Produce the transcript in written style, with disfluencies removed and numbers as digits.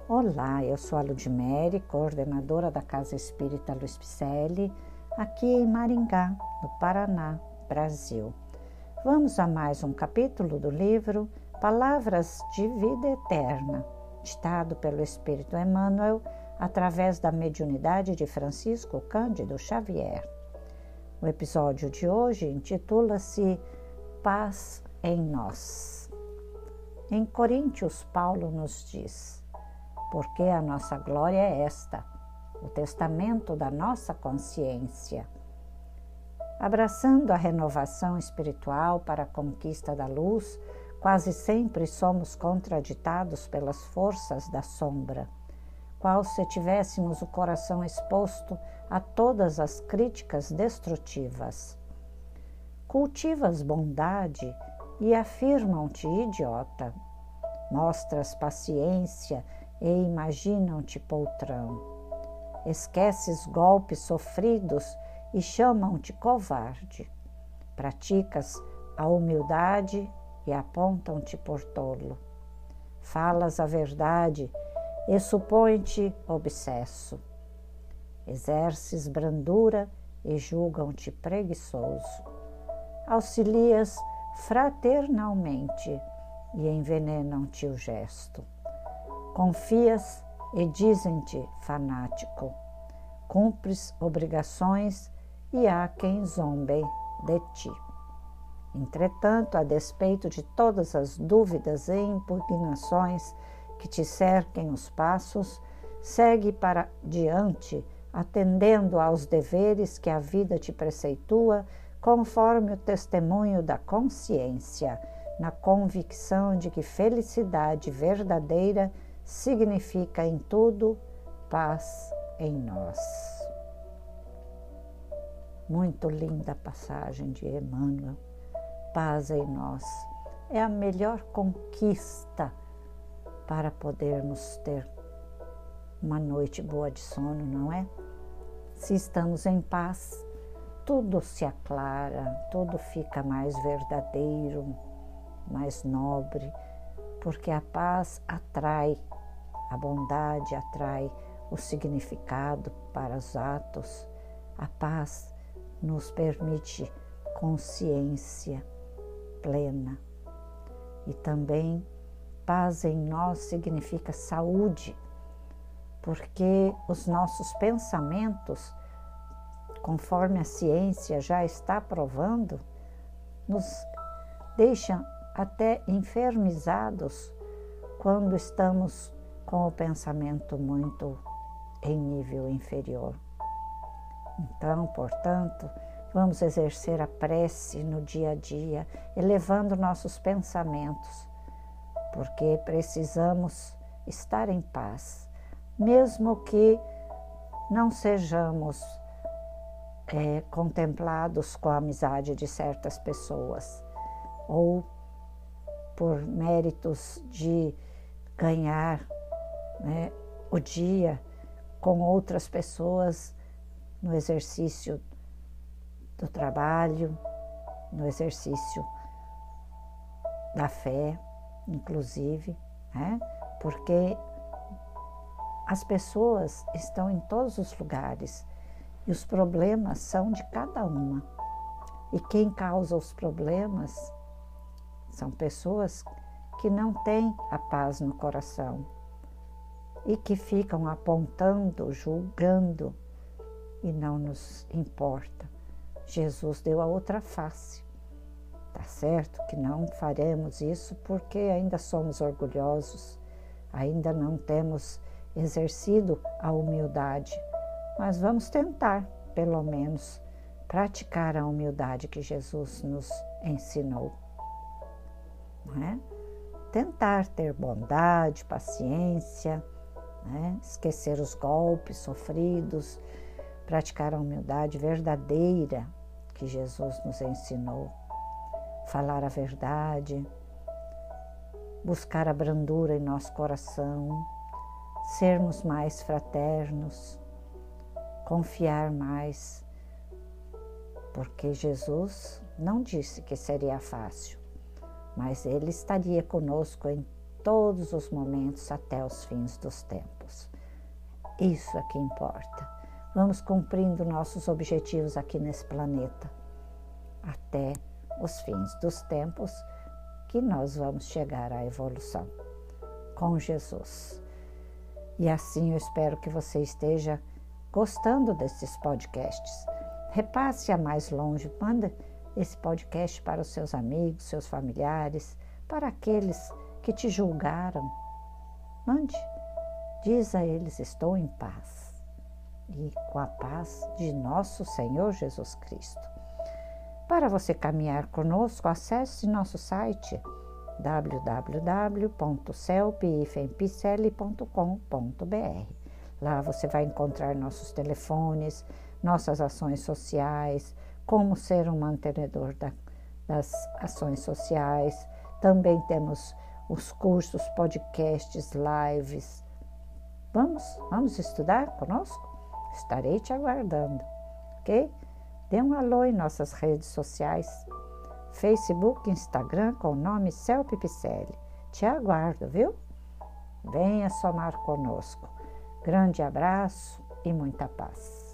Olá, eu sou a Ludmere, coordenadora da Casa Espírita Luiz Picelli, aqui em Maringá, no Paraná, Brasil. Vamos a mais um capítulo do livro Palavras de Vida Eterna, ditado pelo Espírito Emmanuel através da mediunidade de Francisco Cândido Xavier. O episódio de hoje intitula-se Paz em Nós. Em Coríntios, Paulo nos diz: porque a nossa glória é esta, o testamento da nossa consciência. Abraçando a renovação espiritual para a conquista da luz, quase sempre somos contraditados pelas forças da sombra, qual se tivéssemos o coração exposto a todas as críticas destrutivas. Cultivas bondade e afirmam-te idiota. Mostras paciência e imaginam-te poltrão. Esqueces golpes sofridos e chamam-te covarde. Praticas a humildade e apontam-te por tolo. Falas a verdade e supõem-te obsesso. Exerces brandura e julgam-te preguiçoso. Auxilias fraternalmente e envenenam-te o gesto. Confias e dizem-te fanático. Cumpres obrigações e há quem zombe de ti. Entretanto, a despeito de todas as dúvidas e impugnações que te cerquem os passos, segue para diante, atendendo aos deveres que a vida te preceitua, conforme o testemunho da consciência, na convicção de que felicidade verdadeira significa em tudo paz em nós. Muito linda a passagem de Emmanuel. Paz em nós é a melhor conquista para podermos ter uma noite boa de sono, não é? Se estamos em paz, tudo se aclara, tudo fica mais verdadeiro, mais nobre, porque a paz atrai, a bondade atrai o significado para os atos. A paz nos permite consciência plena. E também paz em nós significa saúde, porque os nossos pensamentos, conforme a ciência já está provando, nos deixam até enfermizados quando estamos com o pensamento muito em nível inferior. Então, portanto, vamos exercer a prece no dia a dia, elevando nossos pensamentos, porque precisamos estar em paz, mesmo que não sejamos contemplados com a amizade de certas pessoas, ou por méritos de ganhar o dia com outras pessoas no exercício do trabalho, no exercício da fé, inclusive, porque as pessoas estão em todos os lugares e os problemas são de cada uma. E quem causa os problemas são pessoas que não têm a paz no coração e que ficam apontando, julgando, e não nos importa. Jesus deu a outra face. Tá certo que não faremos isso porque ainda somos orgulhosos, ainda não temos exercido a humildade, mas vamos tentar, pelo menos, praticar a humildade que Jesus nos ensinou. Não é? Tentar ter bondade, paciência, esquecer os golpes sofridos, praticar a humildade verdadeira que Jesus nos ensinou, falar a verdade, buscar a brandura em nosso coração, sermos mais fraternos, confiar mais, porque Jesus não disse que seria fácil, mas Ele estaria conosco em todos os momentos até os fins dos tempos. Isso é que importa. Vamos cumprindo nossos objetivos aqui nesse planeta até os fins dos tempos, que nós vamos chegar à evolução com Jesus. E assim eu espero que você esteja gostando desses podcasts. Repasse a mais longe, manda esse podcast para os seus amigos, seus familiares, para aqueles que te julgaram. Mande, diz a eles: estou em paz, e com a paz de nosso Senhor Jesus Cristo. Para você caminhar conosco, acesse nosso site www.celpifempicele.com.br. Lá você vai encontrar nossos telefones, nossas ações sociais, como ser um mantenedor das ações sociais. Também temos os cursos, podcasts, lives. Vamos estudar conosco? Estarei te aguardando, ok? Dê um alô em nossas redes sociais, Facebook, Instagram, com o nome Celpe Picelli. Te aguardo, viu? Venha somar conosco. Grande abraço e muita paz.